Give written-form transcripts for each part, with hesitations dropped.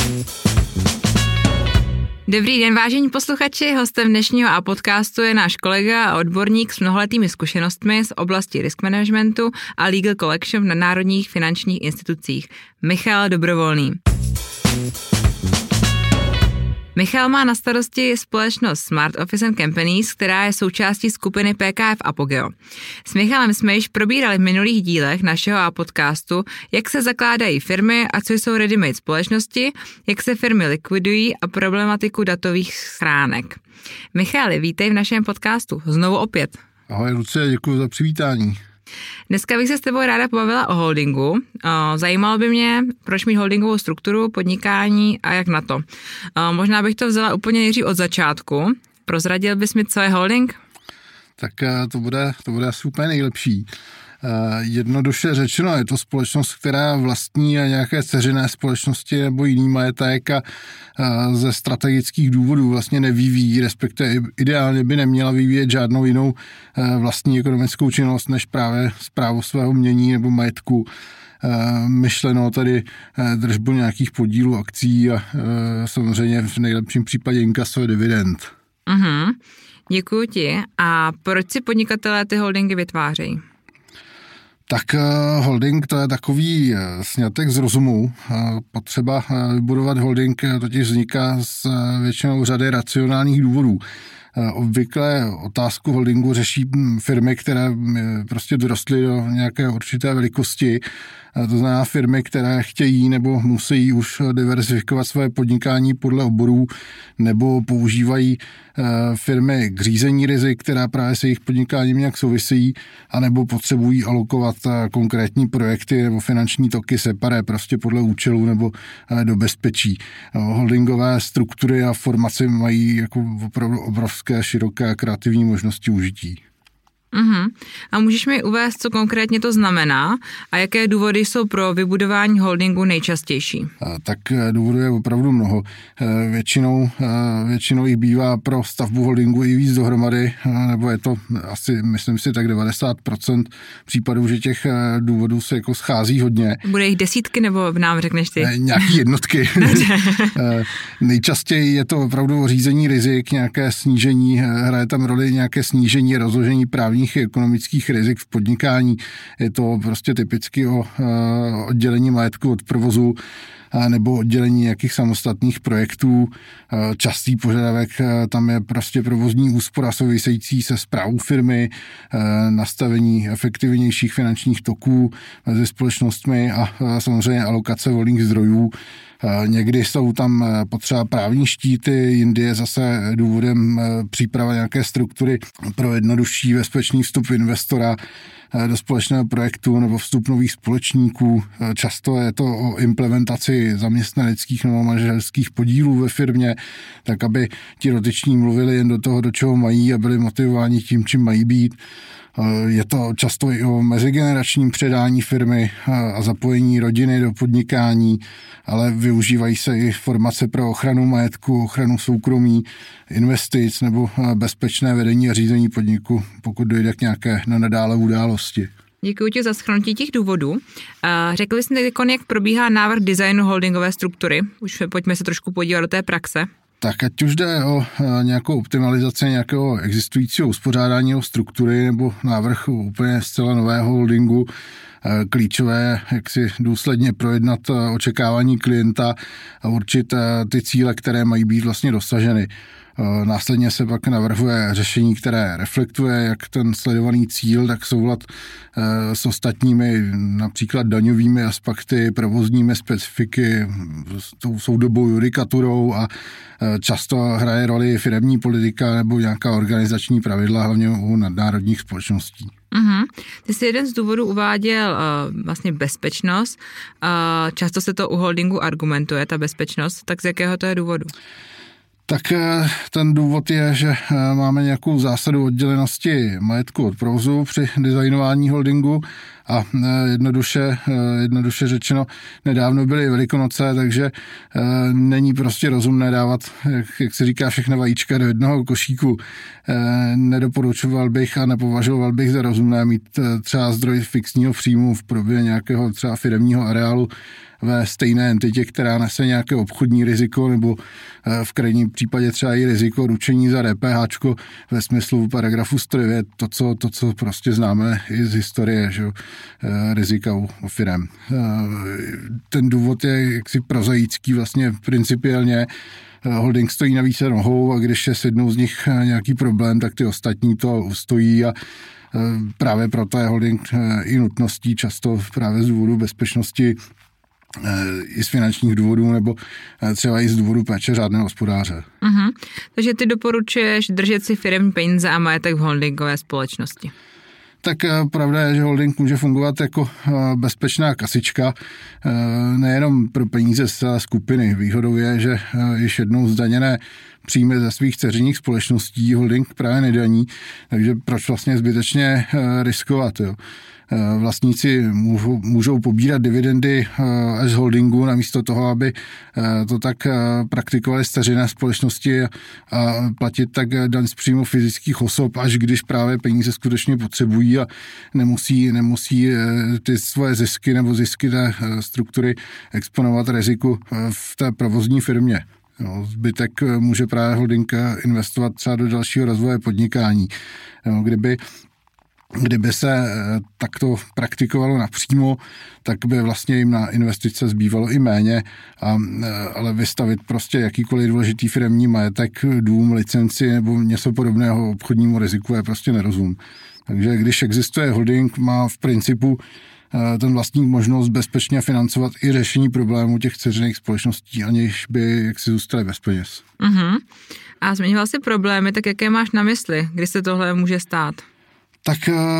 Dobrý den, vážení posluchači, hostem dnešního podcastu je náš kolega a odborník s mnohaletými zkušenostmi z oblasti risk managementu a legal collection na národních finančních institucích, Michal Dobrovolný. Michal má na starosti společnost Smart Office and Companies, která je součástí skupiny PKF Apogeo. S Michalem jsme již probírali v minulých dílech našeho podcastu, jak se zakládají firmy a co jsou ready-made společnosti, jak se firmy likvidují a problematiku datových schránek. Michale, vítej v našem podcastu. Znovu opět. Ahoj Lucie, děkuji za přivítání. Dneska bych se s tebou ráda pobavila o holdingu. Zajímalo by mě, proč mít holdingovou strukturu, podnikání a jak na to. Možná bych to vzala úplně nejdřív od začátku. Prozradil bys mi, co je holding? Tak to bude asi úplně nejlepší. Jednoduše řečeno, je to společnost, která vlastní nějaké dceřiné společnosti nebo jiný majetek a ze strategických důvodů vlastně nevyvíjí, respektive ideálně by neměla vyvíjet žádnou jinou vlastní ekonomickou činnost než právě správu svého mění nebo majetku. Myšleno tady držbu nějakých podílů, akcí a samozřejmě v nejlepším případě inkaso dividend. Mhm, děkuji ti. A proč si podnikatelé ty holdingy vytvářejí? Tak holding to je takový sňatek z rozumu. Potřeba vybudovat holding totiž vzniká z většinou řady racionálních důvodů. Obvykle otázku holdingu řeší firmy, které prostě dorostly do nějaké určité velikosti. To znamená firmy, které chtějí nebo musí už diverzifikovat své podnikání podle oborů nebo používají firmy k řízení rizik, která právě se jejich podnikáním nějak souvisejí, anebo potřebují alokovat konkrétní projekty nebo finanční toky separé prostě podle účelu nebo do bezpečí. Holdingové struktury a formace mají jako opravdu obrovské, široké a kreativní možnosti užití. Uhum. A můžeš mi uvést, co konkrétně to znamená a jaké důvody jsou pro vybudování holdingu nejčastější? Tak důvodů je opravdu mnoho. Většinou jich bývá pro stavbu holdingu i víc dohromady, nebo je to asi, myslím si, tak 90% případů, že těch důvodů se jako schází hodně. Bude jich desítky, nebo nám řekneš ty? Nějaký jednotky. Nejčastěji je to opravdu řízení rizik, nějaké snížení, hraje tam roli nějaké snížení, rozložení právních ekonomických rizik v podnikání. Je to prostě typicky o oddělení majetku od provozu nebo oddělení nějakých samostatných projektů. Častý požadavek tam je prostě provozní úspora související se správou firmy, nastavení efektivnějších finančních toků mezi společnostmi a samozřejmě alokace volných zdrojů. Někdy jsou tam potřeba právní štíty, jindy je zase důvodem příprava nějaké struktury pro jednodušší bezpečný vstup investora do společného projektu nebo vstup nových společníků. Často je to o implementaci zaměstnaneckých nebo manažerských podílů ve firmě, tak aby ti dotyční mluvili jen do toho, do čeho mají a byli motivováni tím, čím mají být. Je to často i o mezigeneračním předání firmy a zapojení rodiny do podnikání, ale využívají se i formace pro ochranu majetku, ochranu soukromí, investic nebo bezpečné vedení a řízení podniku, pokud dojde k nějaké nadále události. Děkuji ti za shrnutí těch důvodů. Řekli jste teď, jak probíhá návrh designu holdingové struktury. Už pojďme se trošku podívat do té praxe. Tak ať už jde o nějakou optimalizaci nějakého existujícího uspořádání struktury nebo návrh úplně zcela nového holdingu, klíčové, jak si důsledně projednat očekávání klienta a určit ty cíle, které mají být vlastně dosaženy. Následně se pak navrhuje řešení, které reflektuje jak ten sledovaný cíl, tak soulad s ostatními například daňovými aspekty, provozními specifiky, s tou soudobou judikaturou a často hraje roli firemní politika nebo nějaká organizační pravidla, hlavně u nadnárodních společností. Uhum. Ty jsi jeden z důvodů uváděl vlastně bezpečnost. Často se to u holdingu argumentuje, ta bezpečnost. Tak z jakého to je důvodu? Tak ten důvod je, že máme nějakou zásadu oddělenosti majetku od provozu při designování holdingu A jednoduše řečeno, nedávno byly Velikonoce, takže není prostě rozumné dávat, jak se říká, všechna vajíčka do jednoho košíku. Nedoporučoval bych a nepovažoval bych za rozumné mít třeba zdroj fixního příjmu v podobě nějakého třeba firemního areálu ve stejné entitě, která nese nějaké obchodní riziko nebo v krajním případě třeba i riziko ručení za DPH ve smyslu paragrafu 109, to, co prostě známe i z historie, že? Rizika u firem. Ten důvod je jaksi prozaický vlastně principiálně. Holding stojí na více nohou a když je s jednou z nich nějaký problém, tak ty ostatní to ustojí a právě proto je holding i nutností často právě z důvodu bezpečnosti i z finančních důvodů nebo třeba i z důvodu péče řádného hospodáře. Uh-huh. Takže ty doporučuješ držet si firemní peníze a majetek v holdingové společnosti? Tak pravda je, že holding může fungovat jako bezpečná kasička, nejenom pro peníze z skupiny. Výhodou je, že již jednou zdaněné příjmy ze svých dceřiných společností holding právě nedaní, takže proč vlastně zbytečně riskovat, jo? Vlastníci můžou pobírat dividendy až z holdingu, namísto toho, aby to tak praktikovali dceřiné společnosti a platit tak daň z příjmu fyzických osob, až když právě peníze skutečně potřebují a nemusí ty svoje zisky nebo zisky té struktury exponovat riziku v té provozní firmě. No, zbytek může právě holding investovat třeba do dalšího rozvoje podnikání. No, Kdyby se takto praktikovalo napřímo, tak by vlastně jim na investice zbývalo i méně, ale vystavit prostě jakýkoliv důležitý firemní majetek, dům, licenci nebo něco podobného obchodnímu riziku je prostě nerozum. Takže když existuje holding, má v principu ten vlastník možnost bezpečně financovat i řešení problémů těch dceřiných společností, aniž by jaksi zůstaly bez peněz. Uh-huh. A zmiňoval jsi problémy, tak jaké máš na mysli, kdy se tohle může stát? Tak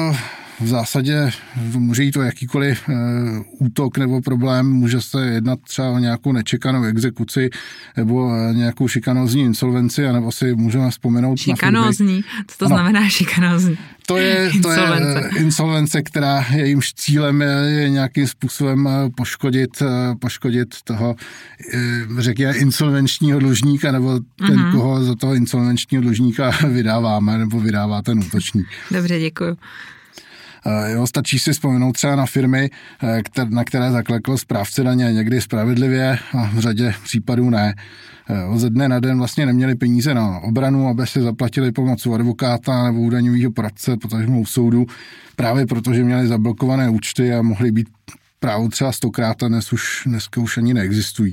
v zásadě může jít o jakýkoliv útok nebo problém, může se jednat třeba o nějakou nečekanou exekuci nebo nějakou šikanózní insolvenci, anebo si můžeme vzpomenout šikanózní? Co to znamená šikanózní? To je insolvence, která jejímž cílem je nějakým způsobem poškodit toho, řekněme, insolvenčního dlužníka nebo ten, koho za toho insolvenčního dlužníka vydáváme nebo vydává ten útočník. Dobře, děkuju. Jo, stačí si vzpomenout třeba na firmy, na které zaklekl správce daně někdy spravedlivě a v řadě případů ne. Ze dne na den vlastně neměli peníze na obranu, aby si zaplatili pomoc advokáta nebo u daňového poradce, potažmo u soudu, právě protože měli zablokované účty a mohli být právo třeba 100krát a dneska už ani neexistují.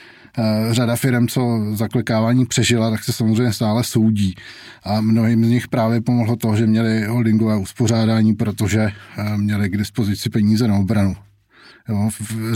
Řada firm, co zaklekávání přežila, tak se samozřejmě stále soudí. A mnohým z nich právě pomohlo to, že měli holdingové uspořádání, protože měli k dispozici peníze na obranu. Jo,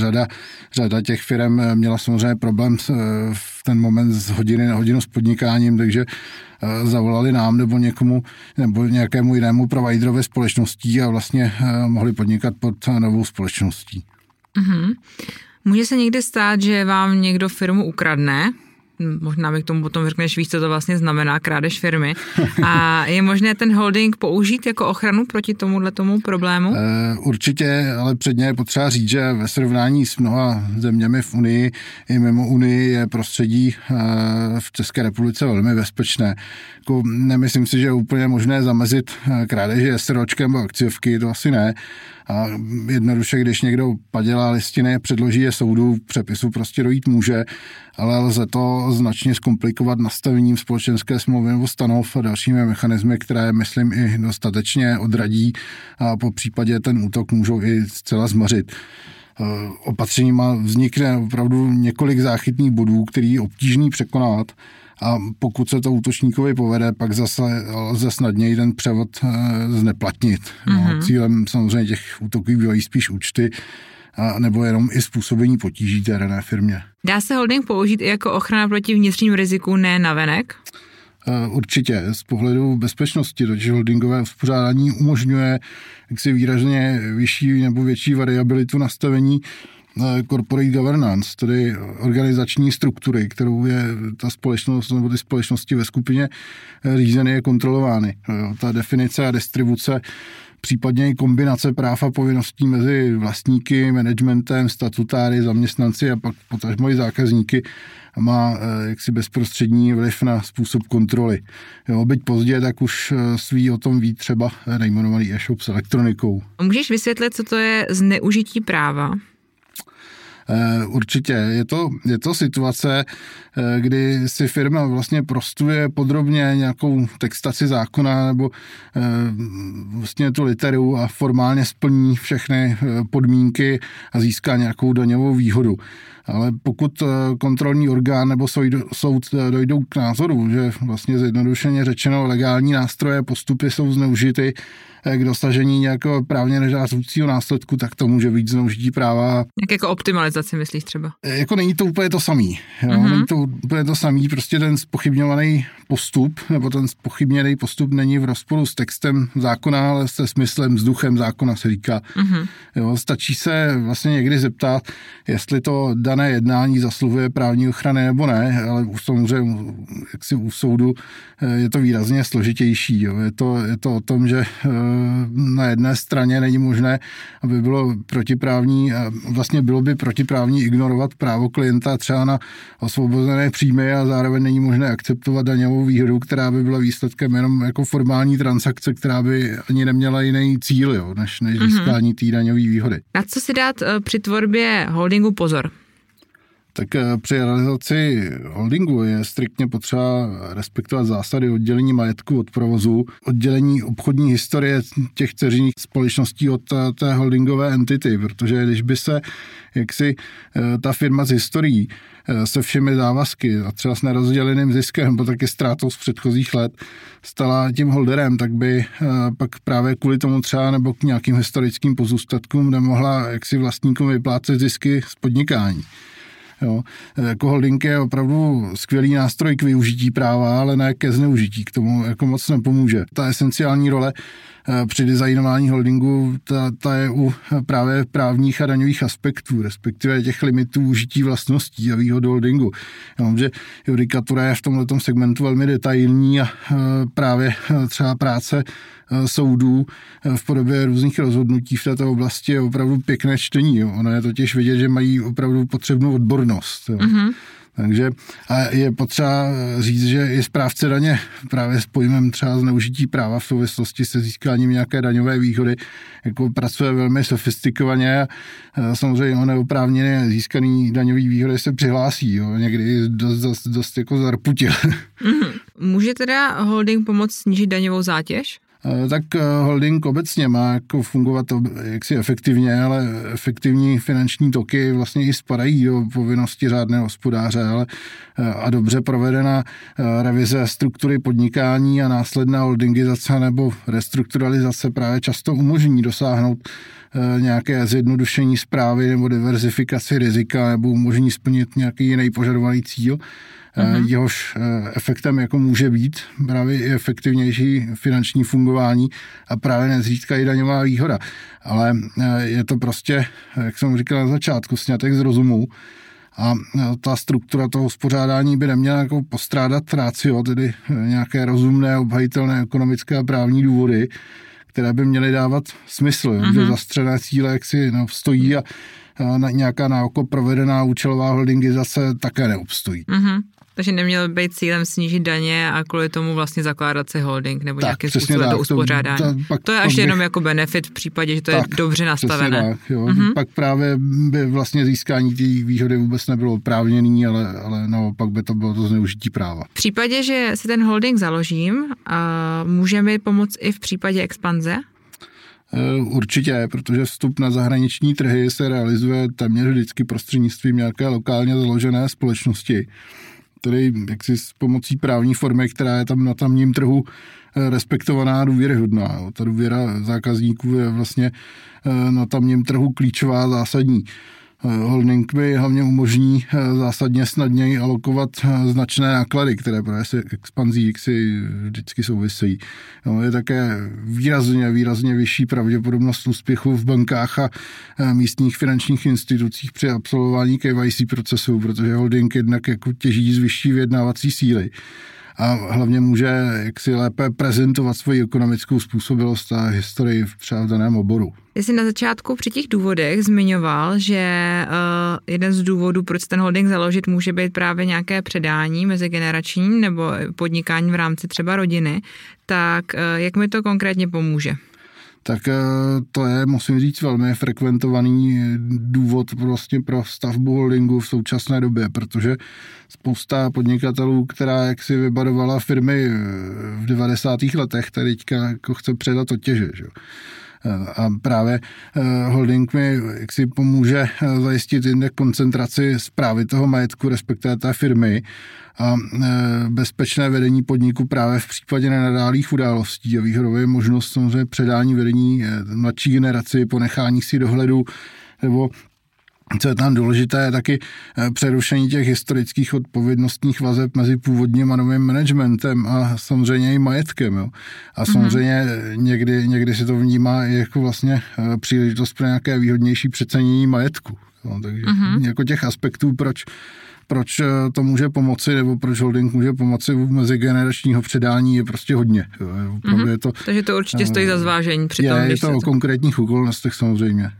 řada těch firm měla samozřejmě problém v ten moment z hodiny na hodinu s podnikáním, takže zavolali nám nebo někomu nebo nějakému jinému providerovi společností a vlastně mohli podnikat pod novou společností. Mm-hmm. Může se někdy stát, že vám někdo firmu ukradne? Možná mi k tomu potom řekneš, víš, co to vlastně znamená krádež firmy. A je možné ten holding použít jako ochranu proti tomu problému? Určitě, ale předně je potřeba říct, že ve srovnání s mnoha zeměmi v Unii i mimo Unii je prostředí v České republice velmi bezpečné. Nemyslím si, že je úplně možné zamezit krádeži SROčkem nebo akciovky, to asi ne. A jednoduše, když někdo padělá listiny, předloží je soudu, přepisu prostě dojít může, ale lze to značně zkomplikovat nastavením společenské smlouvy nebo stanov a dalšími mechanismy, které, myslím, i dostatečně odradí a po případě ten útok můžou i zcela zmařit. Opatřeníma vznikne opravdu několik záchytných bodů, který je obtížný překonat, a pokud se to útočníkovi povede, pak zase lze snadněji ten převod zneplatnit. No, cílem samozřejmě těch útoků bývají spíš účty, nebo jenom i způsobení potíží té dané firmě. Dá se holding použít i jako ochrana proti vnitřním riziku, ne navenek? Určitě. Z pohledu bezpečnosti, totiž holdingové uspořádání umožňuje jaksi výrazně vyšší nebo větší variabilitu nastavení corporate governance, tedy organizační struktury, kterou je ta společnost nebo ty společnosti ve skupině řízeny a kontrolovány. Ta definice a distribuce případně i kombinace práv a povinností mezi vlastníky, managementem, statutáry, zaměstnanci a pak potažmo i zákazníky má jaksi bezprostřední vliv na způsob kontroly. Jo, byť pozdě, tak už o tom ví třeba nejmenovaný e-shop s elektronikou. Můžeš vysvětlit, co to je zneužití práva? Určitě. Je to situace, kdy si firma vlastně prostuje podrobně nějakou textaci zákona nebo vlastně tu literu a formálně splní všechny podmínky a získá nějakou daňovou výhodu. Ale pokud kontrolní orgán nebo soud dojdou k názoru, že vlastně zjednodušeně řečeno legální nástroje a postupy jsou zneužity k dosažení nějakého právně nežádoucího následku, tak to může být zneužití práva. Jak jako optimalizaci myslíš třeba? Jako není to úplně to samý. Jo? Není to úplně to samý, prostě ten zpochybňovaný postup, nebo ten zpochybněný postup není v rozporu s textem zákona, ale se smyslem, s duchem zákona se říká. Jo? Stačí se vlastně někdy zeptat, jestli to dané jednání zasluhuje právní ochrany nebo ne, ale samozřejmě jaksi u soudu je to výrazně složitější. Jo? Je to o tom, že na jedné straně není možné, aby bylo protiprávní, vlastně bylo by protiprávní ignorovat právo klienta třeba na osvobozené příjmy a zároveň není možné akceptovat daňovou výhodu, která by byla výsledkem jenom jako formální transakce, která by ani neměla jiný cíl, jo, než získání té daňové výhody. Na co si dát při tvorbě holdingu pozor? Tak při realizaci holdingu je striktně potřeba respektovat zásady oddělení majetku od provozu, oddělení obchodní historie těch dceřiných společností od té holdingové entity, protože když by se jaksi ta firma z historií se všemi závazky a třeba s nerozděleným ziskem, nebo taky ztrátou z předchozích let stala tím holderem, tak by pak právě kvůli tomu třeba nebo k nějakým historickým pozůstatkům nemohla jaksi vlastníkům vyplácet zisky z podnikání. Jo. Jako holding je opravdu skvělý nástroj k využití práva, ale ne ke zneužití, k tomu jako moc nepomůže. Ta esenciální role při designování holdingu, ta je u právě právních a daňových aspektů, respektive těch limitů užití vlastností a výhod holdingu. Já mám, že judikatura je v tomhletom segmentu velmi detailní a právě třeba práce soudů v podobě různých rozhodnutí v této oblasti je opravdu pěkné čtení. Jo. Ono je totiž vidět, že mají opravdu potřebnou odbornost. Jo. Takže a je potřeba říct, že i správce daně právě s pojmem třeba zneužití práva v souvislosti se získáním nějaké daňové výhody jako pracuje velmi sofistikovaně a samozřejmě o neoprávněně získaný daňový výhody se přihlásí. Jo. Někdy dost jako zarputil. Může teda holding pomoct snížit daňovou zátěž? Tak holding obecně má jako fungovat jaksi efektivně, ale efektivní finanční toky vlastně i spadají do povinnosti řádného hospodáře, ale a dobře provedená revize struktury podnikání a následná holdingizace nebo restrukturalizace právě často umožní dosáhnout nějaké zjednodušení správy nebo diverzifikaci rizika nebo umožní splnit nějaký jiný požadovaný cíl. Jehož efektem jako může být právě i efektivnější finanční fungování a právě nezřídka i daňová výhoda. Ale je to prostě, jak jsem říkal na začátku, sňatek z rozumu a ta struktura toho uspořádání by neměla jako postrádat ratio, tedy nějaké rozumné, obhajitelné ekonomické a právní důvody, které by měly dávat smysl, že zastřené cíle jaksi neobstojí a nějaká na oko provedená účelová holdingizace také neobstojí. Takže nemělo být cílem snížit daně a kvůli tomu vlastně zakládat si holding nebo nějakým způsobem to uspořádání. To je až jenom jako benefit v případě, že to je dobře nastavené. Tak, jo. Pak právě by vlastně získání té výhody vůbec nebylo oprávněný, ale naopak by to bylo to zneužití práva. V případě, že si ten holding založím, může mi pomoct i v případě expanze? Určitě, protože vstup na zahraniční trhy se realizuje téměř vždycky prostřednictvím nějaké lokálně založené společnosti, tedy jaksi s pomocí právní formy, která je tam na tamním trhu respektovaná a důvěryhodná. Ta důvěra zákazníků je vlastně na tamním trhu klíčová, zásadní. Holding mi hlavně umožní zásadně snadněji alokovat značné náklady, které právě se expanzí jaksi vždycky souvisejí. Je také výrazně vyšší pravděpodobnost úspěchu v bankách a místních finančních institucích při absolvování KYC procesů, protože holding jednak jako těží z vyšší vyjednávací síly. a hlavně může jaksi lépe prezentovat svoji ekonomickou způsobilost a historii třeba v daném oboru. Ty jsi na začátku při těch důvodech zmiňoval, že jeden z důvodů, proč ten holding založit, může být právě nějaké předání mezigenerační nebo podnikání v rámci třeba rodiny. Tak jak mi to konkrétně pomůže? Tak to je, musím říct, velmi frekventovaný důvod vlastně pro stavbu holdingu v současné době, protože spousta podnikatelů, která jaksi vybadovala firmy v 90. letech, tady teďka jako chce předat otěže, že? A právě holding mi jaksi pomůže zajistit jednak koncentraci správy toho majetku, respektive té firmy a bezpečné vedení podniku právě v případě nenadálých událostí a výhodou je možnost samozřejmě předání vedení mladší generaci, ponechání si dohledu nebo co je tam důležité, je taky přerušení těch historických odpovědnostních vazeb mezi původním a novým managementem a samozřejmě i majetkem. Jo. A samozřejmě někdy se to vnímá i jako vlastně příležitost pro nějaké výhodnější přecenění majetku. Jo. Takže jako těch aspektů, proč to může pomoci, nebo proč holding může pomoci u mezigeneračního předání je prostě hodně. Jo. Je to, takže to určitě stojí za zvážení. Je to o konkrétních okolnostech samozřejmě.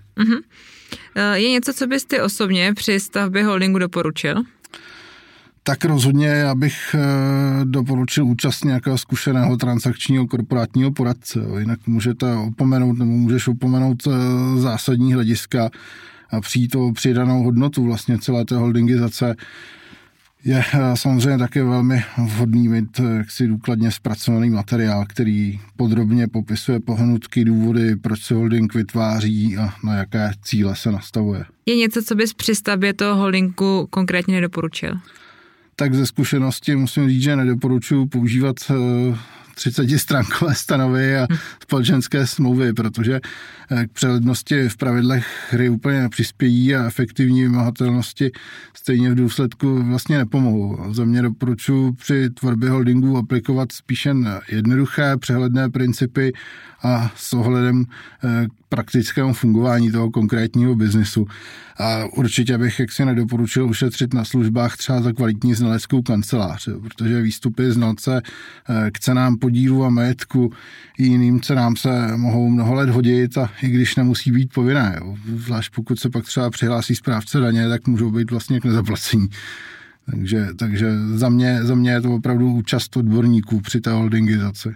Je něco, co bys ty osobně při stavbě holdingu doporučil? Tak rozhodně já bych doporučil účast nějakého zkušeného transakčního korporátního poradce. Jinak můžete opomenout nebo můžeš opomenout zásadní hlediska a přijít o přidanou hodnotu vlastně celé té holdingizace. Je samozřejmě také velmi vhodný mít jaksi důkladně zpracovaný materiál, který podrobně popisuje pohnutky, důvody, proč se holding vytváří a na jaké cíle se nastavuje. Je něco, co bys při stavbě toho holdingu konkrétně nedoporučil? Tak ze zkušenosti musím říct, že nedoporučuji používat 30stránkové stanovy a společenské smlouvy, protože k přehlednosti v pravidlech hry úplně nepřispějí a efektivní vymahatelnosti stejně v důsledku vlastně nepomohou. Za mě doporučuji při tvorbě holdingu aplikovat spíše jednoduché, přehledné principy a s ohledem k praktickému fungování toho konkrétního biznisu. A určitě bych jaksi nedoporučil ušetřit na službách třeba za kvalitní znaleckou kancelář, protože výstupy znalce k cenám podílu a majetku i jiným cenám se mohou mnoho let hodit a i když nemusí být povinné. Jo. Zvlášť pokud se pak třeba přihlásí správce daně, tak můžou být vlastně k nezaplacení. Takže za mě je to opravdu účast odborníků při té holdingizaci.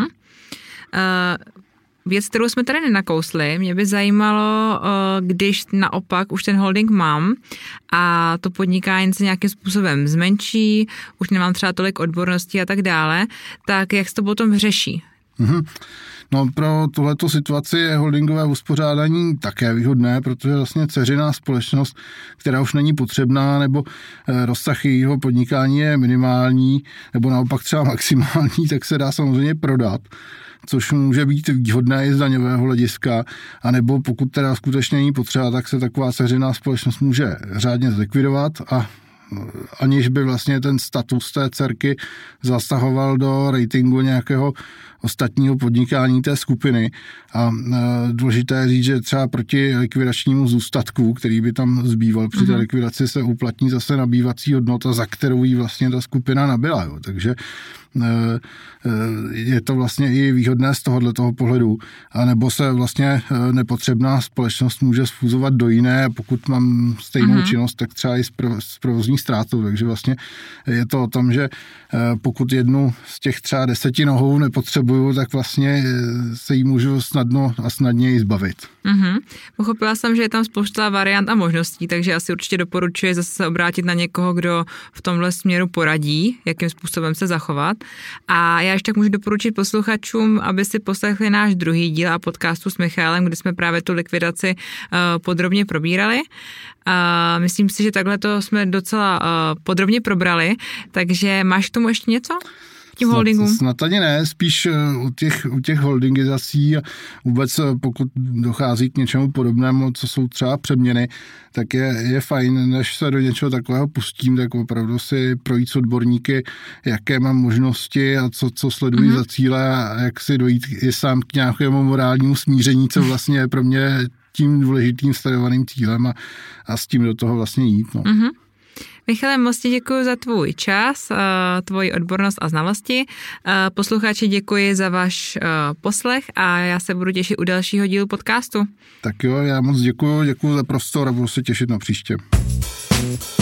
Věc, kterou jsme tady nenakousli, mě by zajímalo, když naopak už ten holding mám a to podnikání se nějakým způsobem zmenší, už nemám třeba tolik odborností a tak dále, tak jak se to potom řeší? No pro tuhleto situaci je holdingové uspořádání také výhodné, protože vlastně dceřiná společnost, která už není potřebná, nebo rozsah jejího podnikání je minimální, nebo naopak třeba maximální, tak se dá samozřejmě prodat, což může být výhodné i z daňového hlediska, anebo pokud teda skutečně není potřeba, tak se taková dceřiná společnost může řádně zlikvidovat a aniž by vlastně ten status té dcerky zasahoval do ratingu nějakého ostatního podnikání té skupiny. A důležité je říct, že třeba proti likvidačnímu zůstatku, který by tam zbýval při té likvidaci, se uplatní zase nabývací hodnota, za kterou ji vlastně ta skupina nabyla. Jo. Takže je to vlastně i výhodné z tohoto pohledu. A nebo se vlastně nepotřebná společnost může sfúzovat do jiné, a pokud mám stejnou činnost, tak třeba i s provozní ztrátou. Takže vlastně je to o tom, že pokud jednu z těch třeba 10 nohou nepotřebuju, tak vlastně se jí můžu snadno a snadněji zbavit. Pochopila jsem, že je tam spousta variant a možností, takže asi určitě doporučuji zase se obrátit na někoho, kdo v tomhle směru poradí, jakým způsobem se zachovat. A já ještě tak můžu doporučit posluchačům, aby si poslechli náš druhý díl a podcastu s Michaelem, kde jsme právě tu likvidaci podrobně probírali. Myslím si, že takhle to jsme docela podrobně probrali, takže máš k tomu ještě něco? Tím holdingům? Snad ani ne, spíš u těch holdingizací a vůbec pokud dochází k něčemu podobnému, co jsou třeba přeměny, tak je fajn, než se do něčeho takového pustím, tak opravdu si projít s odborníky, jaké mám možnosti a co sledují za cíle a jak si dojít i sám k nějakému morálnímu smíření, co vlastně je pro mě tím důležitým sledovaným cílem a s tím do toho vlastně jít. No. Michale, moc ti děkuji za tvůj čas, tvoji odbornost a znalosti. Posluchači, děkuji za váš poslech a já se budu těšit u dalšího dílu podcastu. Tak jo, já moc děkuji za prostor a budu se těšit na příště.